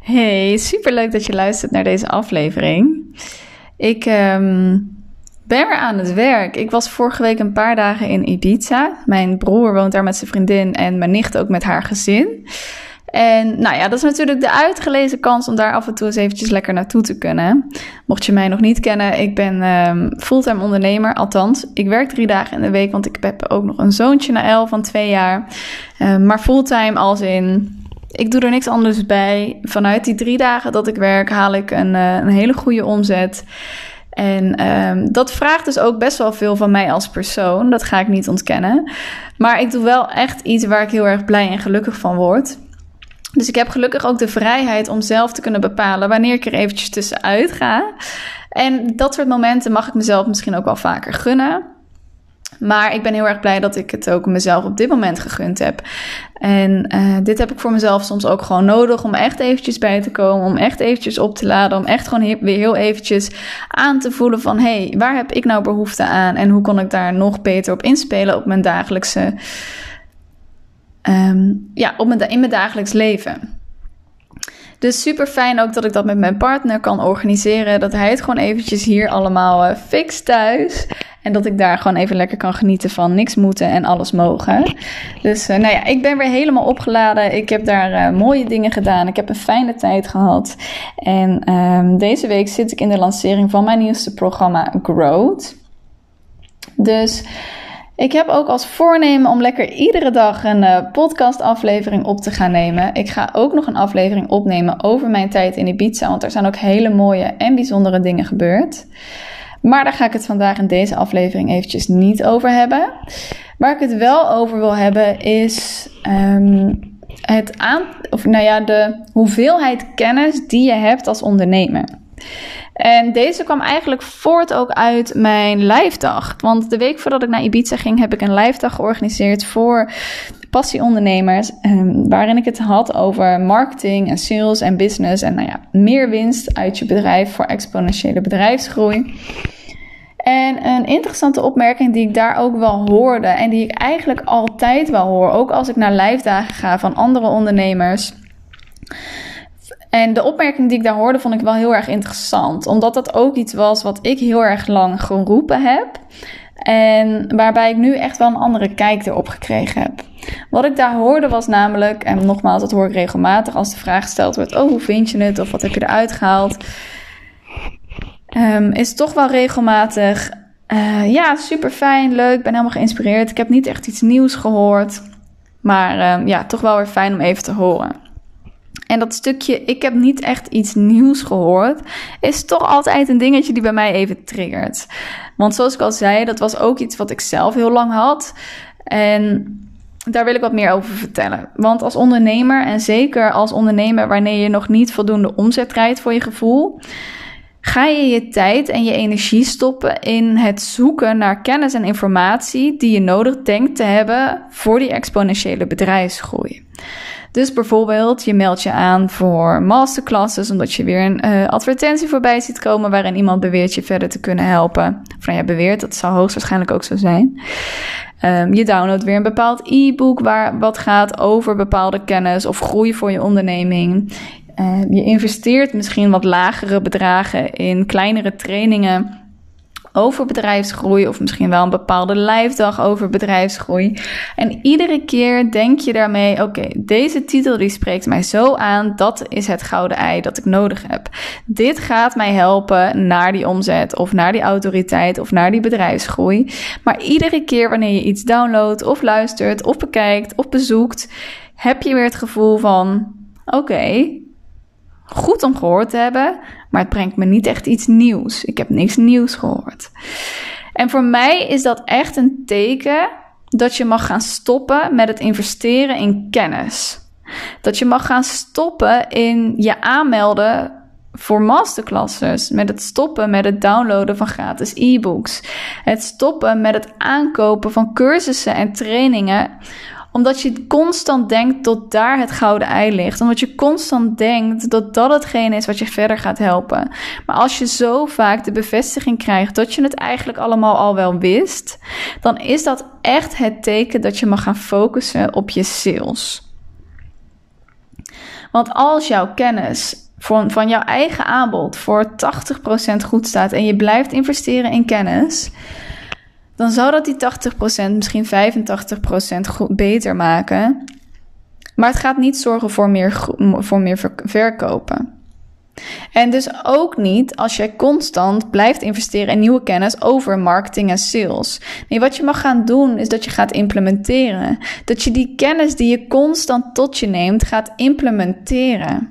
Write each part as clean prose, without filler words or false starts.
Hey, superleuk dat je luistert naar deze aflevering. Ik ben weer aan het werk. Ik was vorige week een paar dagen in Ibiza. Mijn broer woont daar met zijn vriendin en mijn nicht ook met haar gezin. En nou ja, dat is natuurlijk de uitgelezen kans om daar af en toe eens eventjes lekker naartoe te kunnen. Mocht je mij nog niet kennen, ik ben fulltime ondernemer. Althans, ik werk 3 dagen in de week, want ik heb ook nog een zoontje Naël van 2 jaar. Maar fulltime als in... Ik doe er niks anders bij. Vanuit die 3 dagen dat ik werk haal ik een hele goede omzet. En dat vraagt dus ook best wel veel van mij als persoon. Dat ga ik niet ontkennen. Maar ik doe wel echt iets waar ik heel erg blij en gelukkig van word. Dus ik heb gelukkig ook de vrijheid om zelf te kunnen bepalen wanneer ik er eventjes tussenuit ga. En dat soort momenten mag ik mezelf misschien ook wel vaker gunnen. Maar ik ben heel erg blij dat ik het ook mezelf op dit moment gegund heb. En dit heb ik voor mezelf soms ook gewoon nodig om echt eventjes bij te komen. Om echt eventjes op te laden. Om echt gewoon weer heel eventjes aan te voelen van... Hey, waar heb ik nou behoefte aan? En hoe kon ik daar nog beter op inspelen op mijn dagelijkse... in mijn dagelijks leven. Dus super fijn ook dat ik dat met mijn partner kan organiseren. Dat hij het gewoon eventjes hier allemaal fixt thuis. En dat ik daar gewoon even lekker kan genieten van niks moeten en alles mogen. Dus ik ben weer helemaal opgeladen. Ik heb daar mooie dingen gedaan. Ik heb een fijne tijd gehad. En deze week zit ik in de lancering van mijn nieuwste programma Growth. Dus... Ik heb ook als voornemen om lekker iedere dag een podcastaflevering op te gaan nemen. Ik ga ook nog een aflevering opnemen over mijn tijd in Ibiza, want er zijn ook hele mooie en bijzondere dingen gebeurd. Maar daar ga ik het vandaag in deze aflevering eventjes niet over hebben. Waar ik het wel over wil hebben is de hoeveelheid kennis die je hebt als ondernemer. En deze kwam eigenlijk voort ook uit mijn live dag. Want de week voordat ik naar Ibiza ging, heb ik een live dag georganiseerd voor passieondernemers. Waarin ik het had over marketing en sales en business. En meer winst uit je bedrijf voor exponentiële bedrijfsgroei. En een interessante opmerking die ik daar ook wel hoorde. En die ik eigenlijk altijd wel hoor. Ook als ik naar live dagen ga van andere ondernemers. En de opmerking die ik daar hoorde vond ik wel heel erg interessant. Omdat dat ook iets was wat ik heel erg lang geroepen heb. En waarbij ik nu echt wel een andere kijk erop gekregen heb. Wat ik daar hoorde was namelijk, en nogmaals dat hoor ik regelmatig als de vraag gesteld wordt. Oh, hoe vind je het? Of wat heb je eruit gehaald? Is toch wel regelmatig. Super fijn, leuk, ben helemaal geïnspireerd. Ik heb niet echt iets nieuws gehoord. Maar toch wel weer fijn om even te horen. En dat stukje, ik heb niet echt iets nieuws gehoord, is toch altijd een dingetje die bij mij even triggert. Want zoals ik al zei, dat was ook iets wat ik zelf heel lang had. En daar wil ik wat meer over vertellen. Want als ondernemer, en zeker als ondernemer wanneer je nog niet voldoende omzet draait voor je gevoel, ga je je tijd en je energie stoppen in het zoeken naar kennis en informatie die je nodig denkt te hebben voor die exponentiële bedrijfsgroei. Dus bijvoorbeeld, je meldt je aan voor masterclasses omdat je weer een advertentie voorbij ziet komen waarin iemand beweert je verder te kunnen helpen. Of beweert, dat zal hoogstwaarschijnlijk ook zo zijn. Je downloadt weer een bepaald e-book wat gaat over bepaalde kennis of groei voor je onderneming. Je investeert misschien wat lagere bedragen in kleinere trainingen over bedrijfsgroei of misschien wel een bepaalde live dag over bedrijfsgroei. En iedere keer denk je daarmee, oké, deze titel die spreekt mij zo aan, dat is het gouden ei dat ik nodig heb. Dit gaat mij helpen naar die omzet of naar die autoriteit of naar die bedrijfsgroei. Maar iedere keer wanneer je iets downloadt of luistert of bekijkt of bezoekt, heb je weer het gevoel van, oké, goed om gehoord te hebben, maar het brengt me niet echt iets nieuws. Ik heb niks nieuws gehoord. En voor mij is dat echt een teken dat je mag gaan stoppen met het investeren in kennis. Dat je mag gaan stoppen in je aanmelden voor masterclasses. Met het stoppen met het downloaden van gratis e-books. Het stoppen met het aankopen van cursussen en trainingen, omdat je constant denkt dat daar het gouden ei ligt. Omdat je constant denkt dat dat hetgene is wat je verder gaat helpen. Maar als je zo vaak de bevestiging krijgt dat je het eigenlijk allemaal al wel wist, dan is dat echt het teken dat je mag gaan focussen op je sales. Want als jouw kennis van jouw eigen aanbod voor 80% goed staat en je blijft investeren in kennis, dan zou dat die 80%, misschien 85% beter maken. Maar het gaat niet zorgen voor meer verkopen. En dus ook niet als jij constant blijft investeren in nieuwe kennis over marketing en sales. Nee, wat je mag gaan doen is dat je gaat implementeren. Dat je die kennis die je constant tot je neemt gaat implementeren.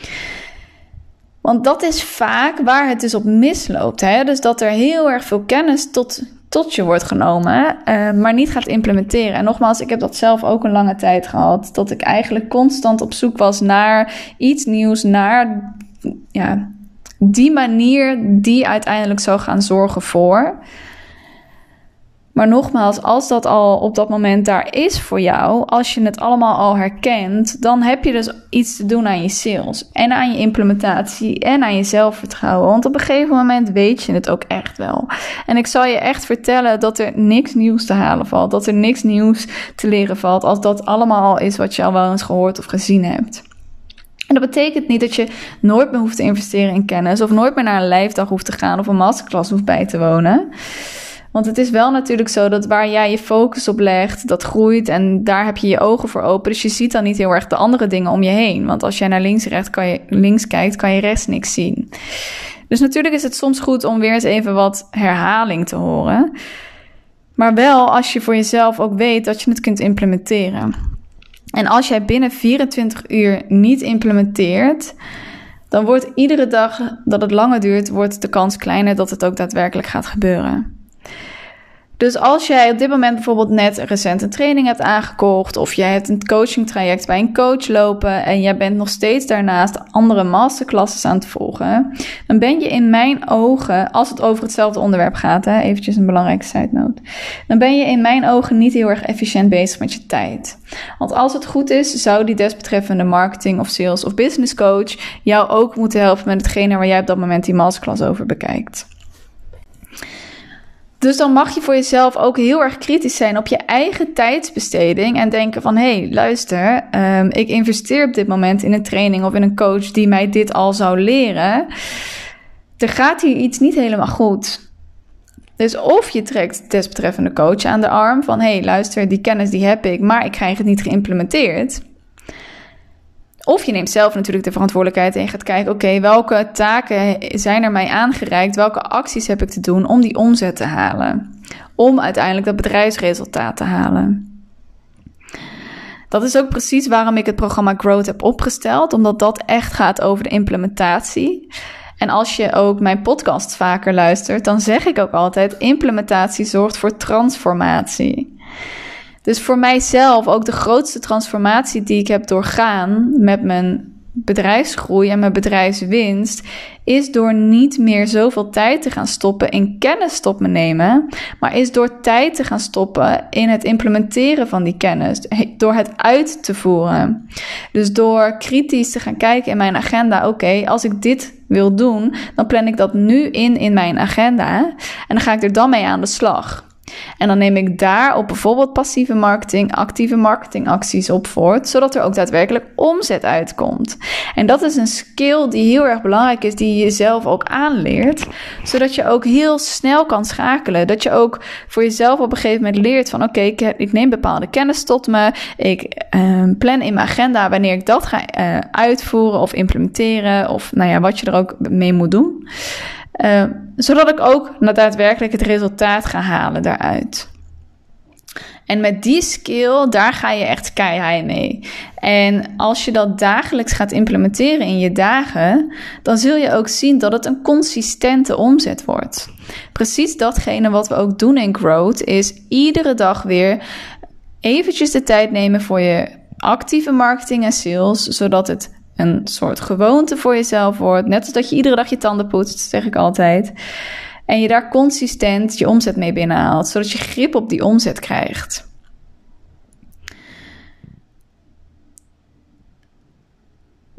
Want dat is vaak waar het dus op misloopt. Hè? Dus dat er heel erg veel kennis tot je wordt genomen, maar niet gaat implementeren. En nogmaals, ik heb dat zelf ook een lange tijd gehad. Dat ik eigenlijk constant op zoek was naar iets nieuws, naar die manier die uiteindelijk zou gaan zorgen voor. Maar nogmaals, als dat al op dat moment daar is voor jou, als je het allemaal al herkent, dan heb je dus iets te doen aan je sales en aan je implementatie en aan je zelfvertrouwen. Want op een gegeven moment weet je het ook echt wel. En ik zal je echt vertellen dat er niks nieuws te halen valt, dat er niks nieuws te leren valt, als dat allemaal al is wat je al wel eens gehoord of gezien hebt. En dat betekent niet dat je nooit meer hoeft te investeren in kennis of nooit meer naar een lijfdag hoeft te gaan of een masterclass hoeft bij te wonen. Want het is wel natuurlijk zo dat waar jij je focus op legt, dat groeit en daar heb je je ogen voor open. Dus je ziet dan niet heel erg de andere dingen om je heen. Want als jij naar links kijkt, kan je rechts niks zien. Dus natuurlijk is het soms goed om weer eens even wat herhaling te horen. Maar wel als je voor jezelf ook weet dat je het kunt implementeren. En als jij binnen 24 uur niet implementeert, dan wordt iedere dag dat het langer duurt, wordt de kans kleiner dat het ook daadwerkelijk gaat gebeuren. Dus als jij op dit moment bijvoorbeeld net recent een training hebt aangekocht of jij hebt een coaching traject bij een coach lopen en jij bent nog steeds daarnaast andere masterclasses aan het volgen, dan ben je in mijn ogen, als het over hetzelfde onderwerp gaat, eventjes een belangrijke side note, dan ben je in mijn ogen niet heel erg efficiënt bezig met je tijd. Want als het goed is, zou die desbetreffende marketing of sales of business coach jou ook moeten helpen met hetgene waar jij op dat moment die masterclass over bekijkt. Dus dan mag je voor jezelf ook heel erg kritisch zijn op je eigen tijdsbesteding en denken van, hé, luister, ik investeer op dit moment in een training of in een coach die mij dit al zou leren. Er gaat hier iets niet helemaal goed. Dus of je trekt desbetreffende coach aan de arm van, hé, luister, die kennis die heb ik, maar ik krijg het niet geïmplementeerd. Of je neemt zelf natuurlijk de verantwoordelijkheid en je gaat kijken, oké, welke taken zijn er mij aangereikt? Welke acties heb ik te doen om die omzet te halen? Om uiteindelijk dat bedrijfsresultaat te halen. Dat is ook precies waarom ik het programma Growth heb opgesteld. Omdat dat echt gaat over de implementatie. En als je ook mijn podcasts vaker luistert, dan zeg ik ook altijd, implementatie zorgt voor transformatie. Dus voor mijzelf ook de grootste transformatie die ik heb doorgaan met mijn bedrijfsgroei en mijn bedrijfswinst, is door niet meer zoveel tijd te gaan stoppen in kennis tot me nemen, maar is door tijd te gaan stoppen in het implementeren van die kennis, door het uit te voeren. Dus door kritisch te gaan kijken in mijn agenda, oké, als ik dit wil doen, dan plan ik dat nu in mijn agenda en dan ga ik er dan mee aan de slag. En dan neem ik daar op bijvoorbeeld passieve marketing, actieve marketingacties op voort, zodat er ook daadwerkelijk omzet uitkomt. En dat is een skill die heel erg belangrijk is, die je jezelf ook aanleert, zodat je ook heel snel kan schakelen. Dat je ook voor jezelf op een gegeven moment leert van, oké, ik neem bepaalde kennis tot me, ik plan in mijn agenda wanneer ik dat ga uitvoeren of implementeren of wat je er ook mee moet doen. Zodat ik ook daadwerkelijk het resultaat ga halen daaruit. En met die skill, daar ga je echt keihard mee. En als je dat dagelijks gaat implementeren in je dagen, dan zul je ook zien dat het een consistente omzet wordt. Precies datgene wat we ook doen in Growth, is iedere dag weer eventjes de tijd nemen voor je actieve marketing en sales, zodat het een soort gewoonte voor jezelf wordt. Net als dat je iedere dag je tanden poetst, zeg ik altijd. En je daar consistent je omzet mee binnenhaalt, zodat je grip op die omzet krijgt.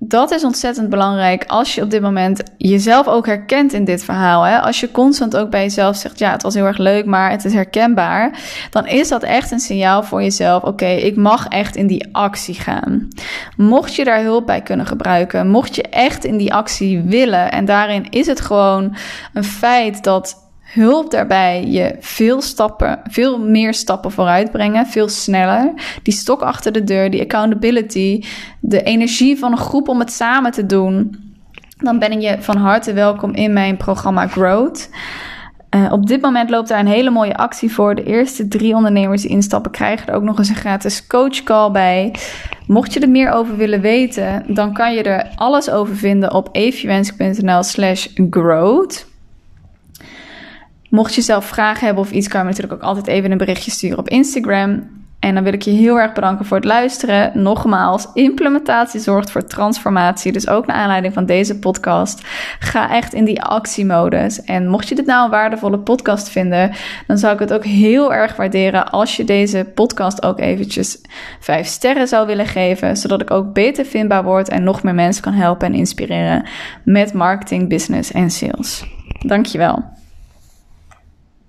dat is ontzettend belangrijk als je op dit moment jezelf ook herkent in dit verhaal. Hè? Als je constant ook bij jezelf zegt, ja, het was heel erg leuk, maar het is herkenbaar. Dan is dat echt een signaal voor jezelf. Oké, ik mag echt in die actie gaan. Mocht je daar hulp bij kunnen gebruiken, mocht je echt in die actie willen. En daarin is het gewoon een feit dat hulp daarbij je veel meer stappen vooruit brengen, veel sneller. Die stok achter de deur, die accountability, de energie van een groep om het samen te doen. Dan ben je van harte welkom in mijn programma Growth. Op dit moment loopt daar een hele mooie actie voor. De eerste 3 ondernemers die instappen krijgen er ook nog eens een gratis coachcall bij. Mocht je er meer over willen weten, dan kan je er alles over vinden op eviewensk.nl/growth. Mocht je zelf vragen hebben of iets, kan je me natuurlijk ook altijd even een berichtje sturen op Instagram. En dan wil ik je heel erg bedanken voor het luisteren. Nogmaals, implementatie zorgt voor transformatie. Dus ook naar aanleiding van deze podcast, ga echt in die actiemodus. En mocht je dit nou een waardevolle podcast vinden, dan zou ik het ook heel erg waarderen als je deze podcast ook eventjes 5 sterren zou willen geven. Zodat ik ook beter vindbaar word en nog meer mensen kan helpen en inspireren met marketing, business en sales. Dankjewel.